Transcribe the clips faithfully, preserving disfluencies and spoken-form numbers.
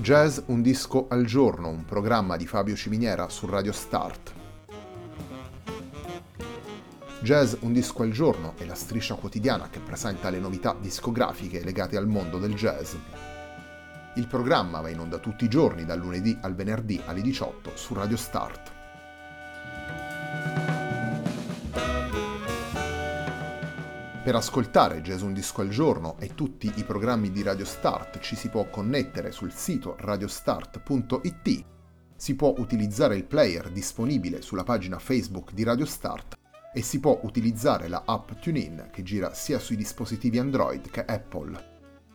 Jazz un disco al giorno, un programma di Fabio Ciminiera su Radio Start. Jazz un disco al giorno è la striscia quotidiana che presenta le novità discografiche legate al mondo del jazz. Il programma va in onda tutti i giorni dal lunedì al venerdì alle diciotto su Radio Start. Per ascoltare Jazz un disco al giorno e tutti i programmi di Radio Start ci si può connettere sul sito radiostart punto it, si può utilizzare il player disponibile sulla pagina Facebook di Radio Start e si può utilizzare la app TuneIn che gira sia sui dispositivi Android che Apple.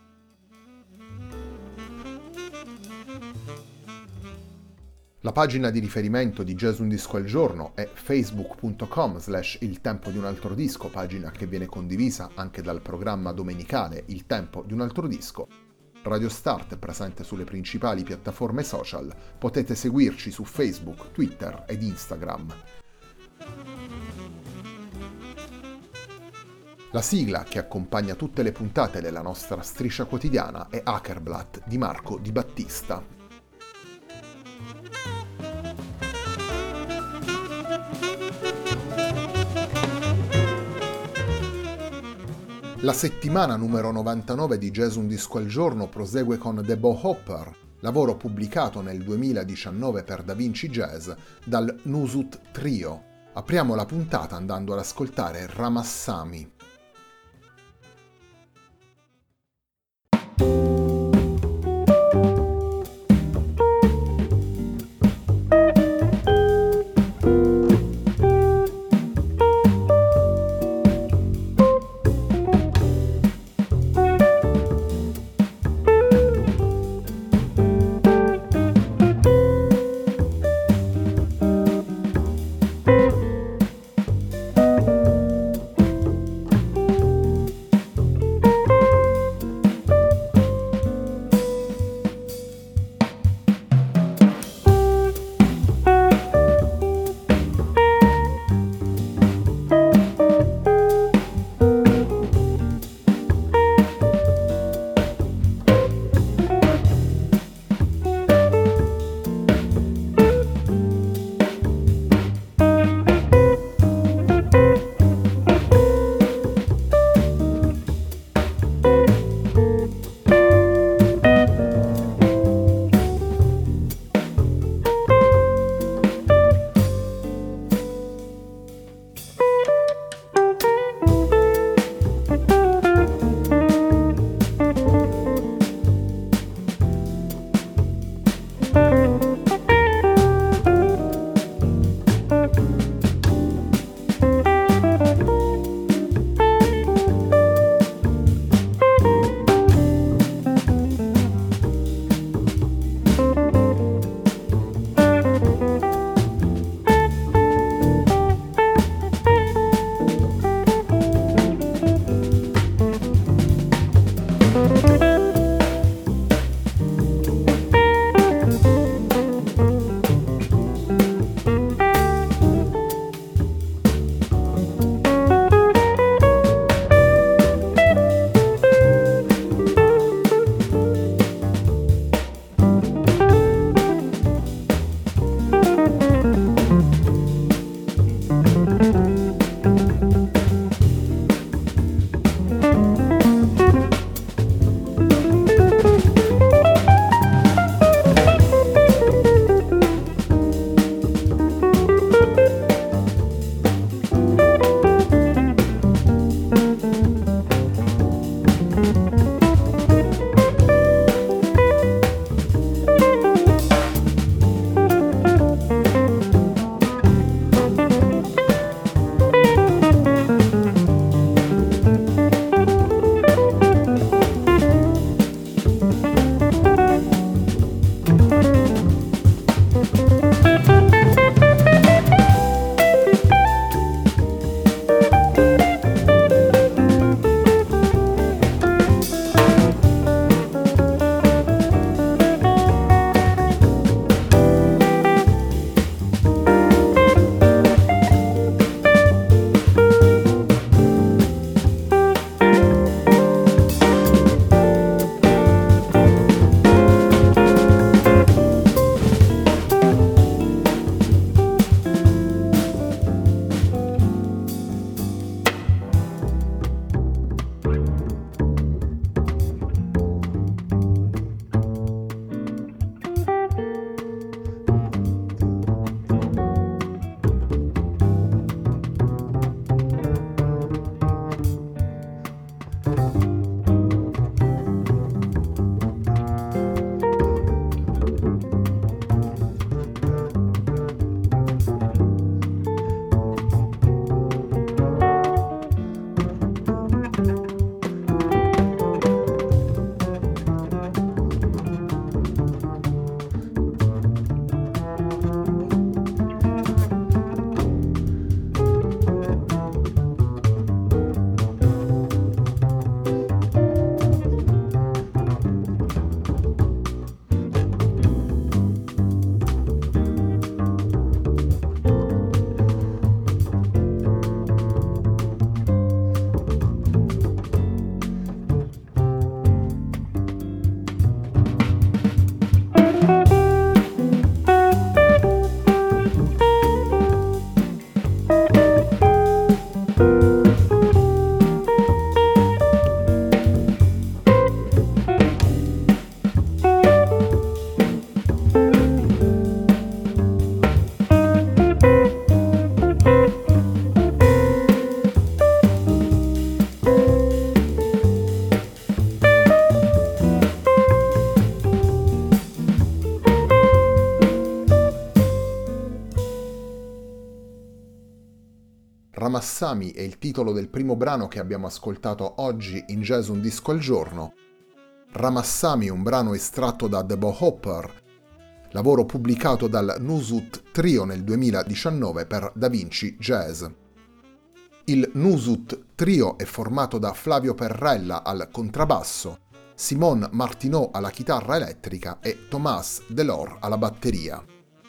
La pagina di riferimento di Jazz un disco al giorno è facebook punto com slash il tempo di un altro disco, pagina che viene condivisa anche dal programma domenicale Il tempo di un altro disco. Radio Start è presente sulle principali piattaforme social, potete seguirci su Facebook, Twitter ed Instagram. La sigla che accompagna tutte le puntate della nostra striscia quotidiana è Hackerblatt di Marco Di Battista. La settimana numero novantanove di Jazz un disco al giorno prosegue con The Bo Hopper, lavoro pubblicato nel duemiladiciannove per Da Vinci Jazz dal Nusut Trio. Apriamo la puntata andando ad ascoltare Ramassami. Ramassami è il titolo del primo brano che abbiamo ascoltato oggi in Jazz Un Disco al Giorno. Ramassami è un brano estratto da The Bo Hopper, lavoro pubblicato dal Nusut Trio nel duemiladiciannove per Da Vinci Jazz. Il Nusut Trio è formato da Flavio Perrella al contrabbasso, Simon Martineau alla chitarra elettrica e Thomas Delors alla batteria.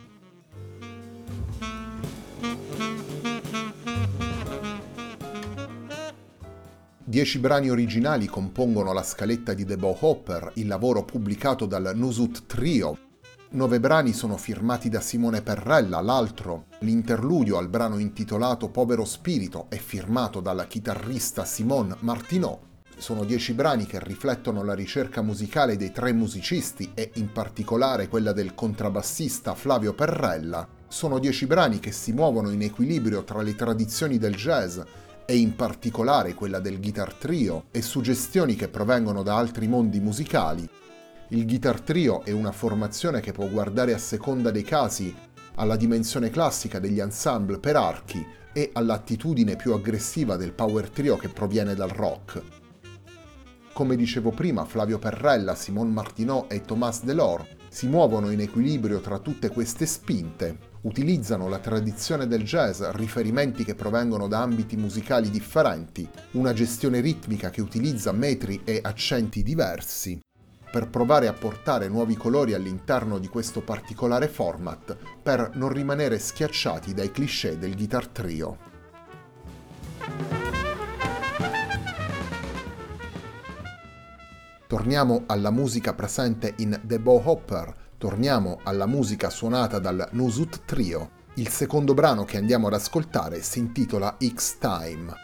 Dieci brani originali compongono la scaletta di The Bo Hopper, il lavoro pubblicato dal Nusut Trio. Nove brani sono firmati da Simone Perrella, l'altro, l'interludio al brano intitolato Povero Spirito, è firmato dal chitarrista Simon Martineau. Sono dieci brani che riflettono la ricerca musicale dei tre musicisti e in particolare quella del contrabbassista Flavio Perrella. Sono dieci brani che si muovono in equilibrio tra le tradizioni del jazz e in particolare quella del guitar trio e suggestioni che provengono da altri mondi musicali. Il guitar trio è una formazione che può guardare a seconda dei casi alla dimensione classica degli ensemble per archi e all'attitudine più aggressiva del power trio che proviene dal rock. Come dicevo prima, Flavio Perrella, Simon Martineau e Thomas Delors si muovono in equilibrio tra tutte queste spinte, utilizzano la tradizione del jazz, riferimenti che provengono da ambiti musicali differenti, una gestione ritmica che utilizza metri e accenti diversi, per provare a portare nuovi colori all'interno di questo particolare format, per non rimanere schiacciati dai cliché del guitar trio. Torniamo alla musica presente in The Bo Hopper, torniamo alla musica suonata dal Nusut Trio. Il secondo brano che andiamo ad ascoltare si intitola X-Time.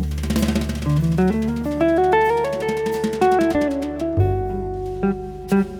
Thank you.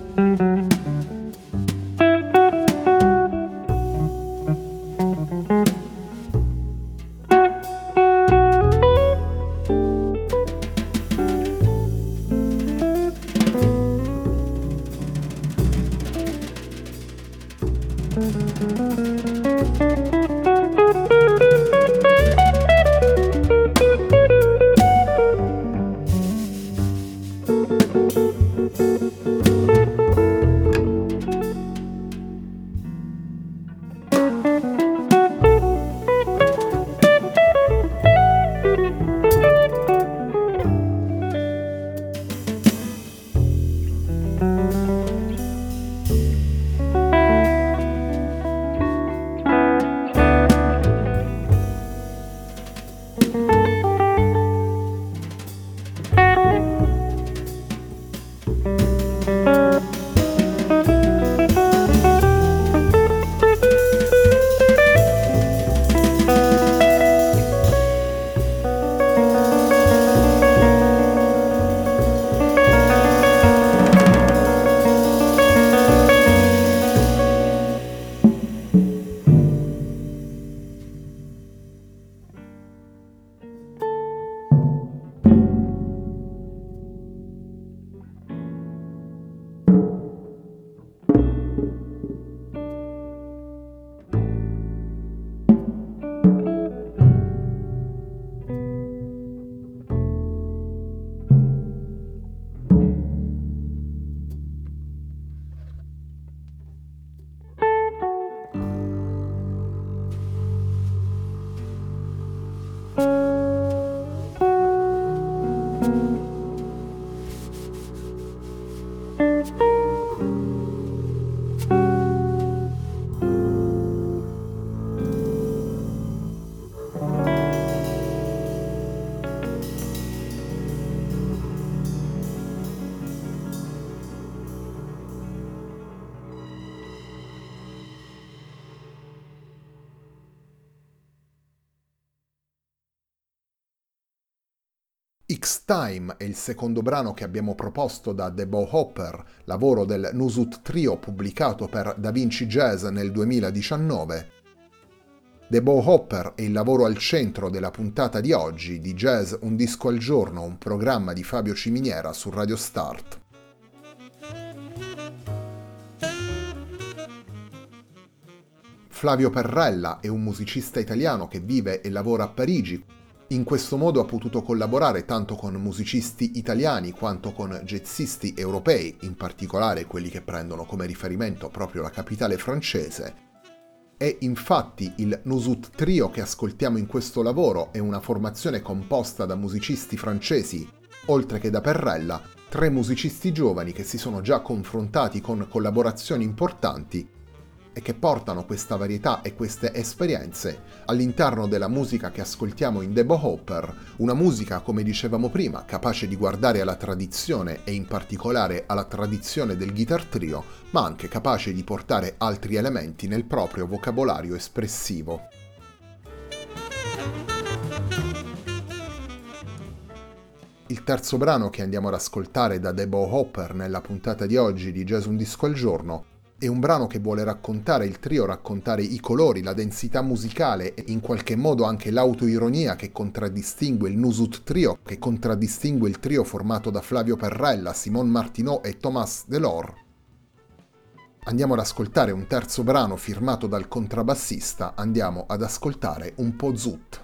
X-Time è il secondo brano che abbiamo proposto da The Bow Hopper, lavoro del Nusut Trio pubblicato per Da Vinci Jazz nel duemiladiciannove. The Bow Hopper è il lavoro al centro della puntata di oggi di Jazz Un Disco al Giorno, un programma di Fabio Ciminiera su Radio Start. Flavio Perrella è un musicista italiano che vive e lavora a Parigi. In questo modo ha potuto collaborare tanto con musicisti italiani quanto con jazzisti europei, in particolare quelli che prendono come riferimento proprio la capitale francese. E infatti il Nusut Trio che ascoltiamo in questo lavoro è una formazione composta da musicisti francesi, oltre che da Perrella, tre musicisti giovani che si sono già confrontati con collaborazioni importanti e che portano questa varietà e queste esperienze all'interno della musica che ascoltiamo in The Bow Hopper, una musica, come dicevamo prima, capace di guardare alla tradizione e in particolare alla tradizione del guitar trio, ma anche capace di portare altri elementi nel proprio vocabolario espressivo. Il terzo brano che andiamo ad ascoltare da The Bow Hopper nella puntata di oggi di Jazz Un Disco al Giorno è un brano che vuole raccontare il trio, raccontare i colori, la densità musicale e in qualche modo anche l'autoironia che contraddistingue il Nusut Trio, che contraddistingue il trio formato da Flavio Perrella, Simon Martineau e Thomas Delors. Andiamo ad ascoltare un terzo brano firmato dal contrabbassista, andiamo ad ascoltare un po' Zut.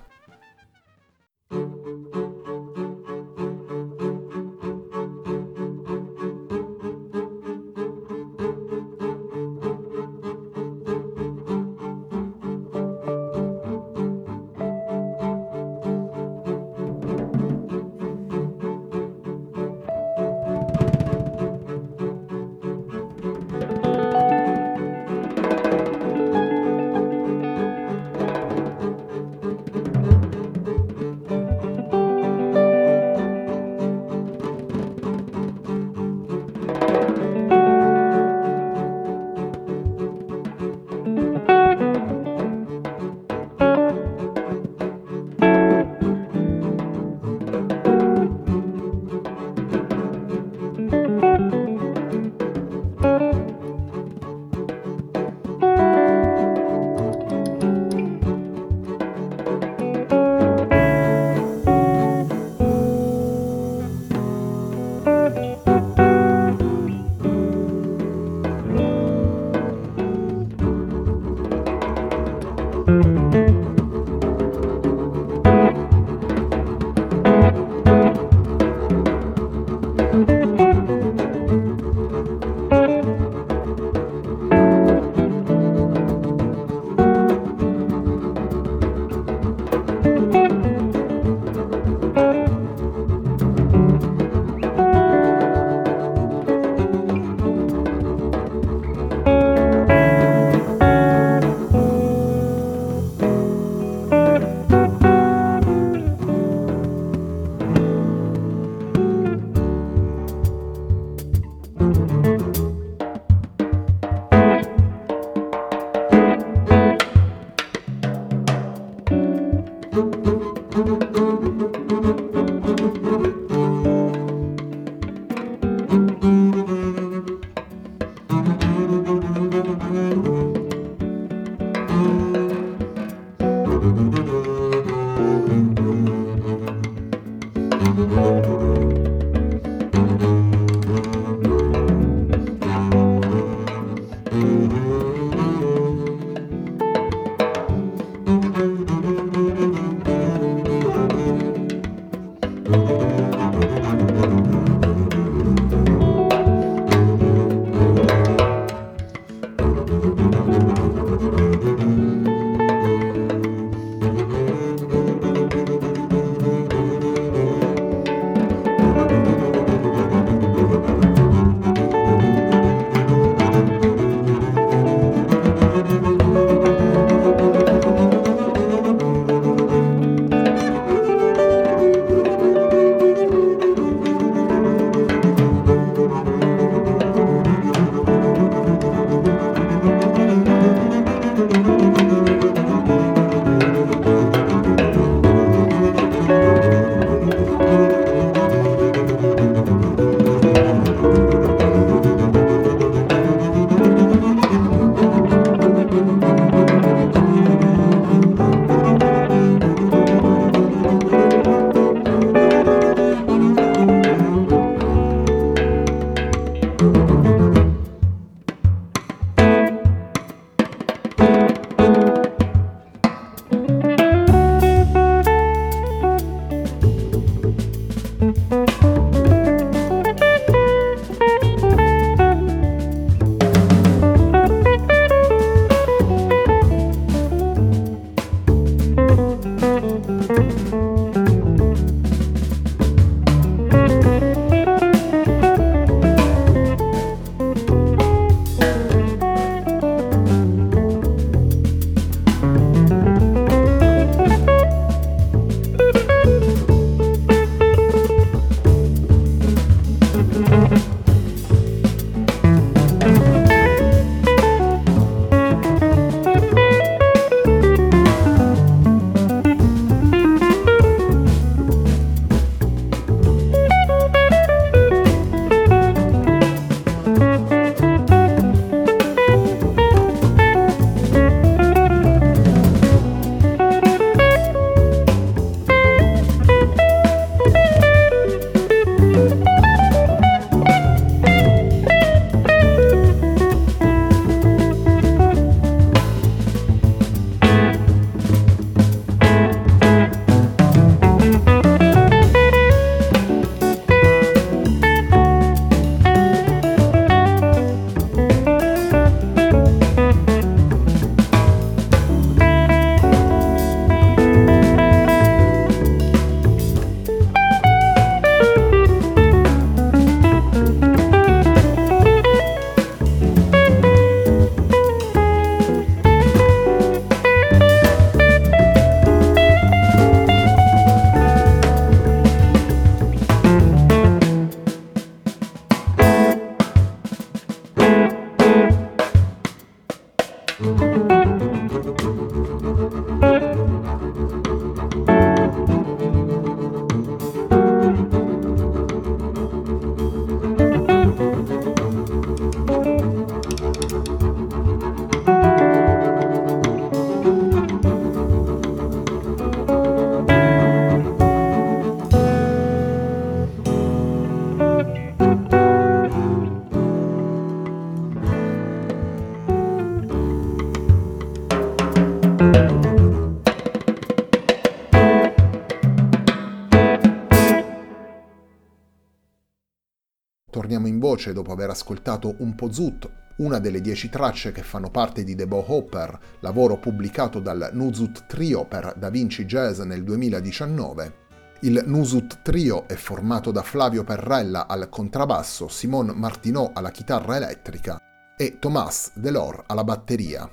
Torniamo in voce dopo aver ascoltato Un po' Zut, una delle dieci tracce che fanno parte di The Bo Hopper, lavoro pubblicato dal Nuzut Trio per Da Vinci Jazz nel duemiladiciannove. Il Nuzut Trio è formato da Flavio Perrella al contrabbasso, Simon Martineau alla chitarra elettrica e Tomás Delor alla batteria.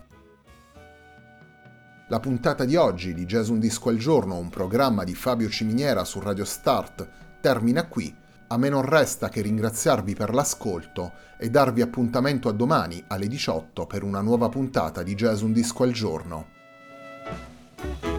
La puntata di oggi di Jazz Un Disco al Giorno, un programma di Fabio Ciminiera su Radio Start, termina qui. A me non resta che ringraziarvi per l'ascolto e darvi appuntamento a domani alle diciotto per una nuova puntata di Jazz Un Disco al Giorno.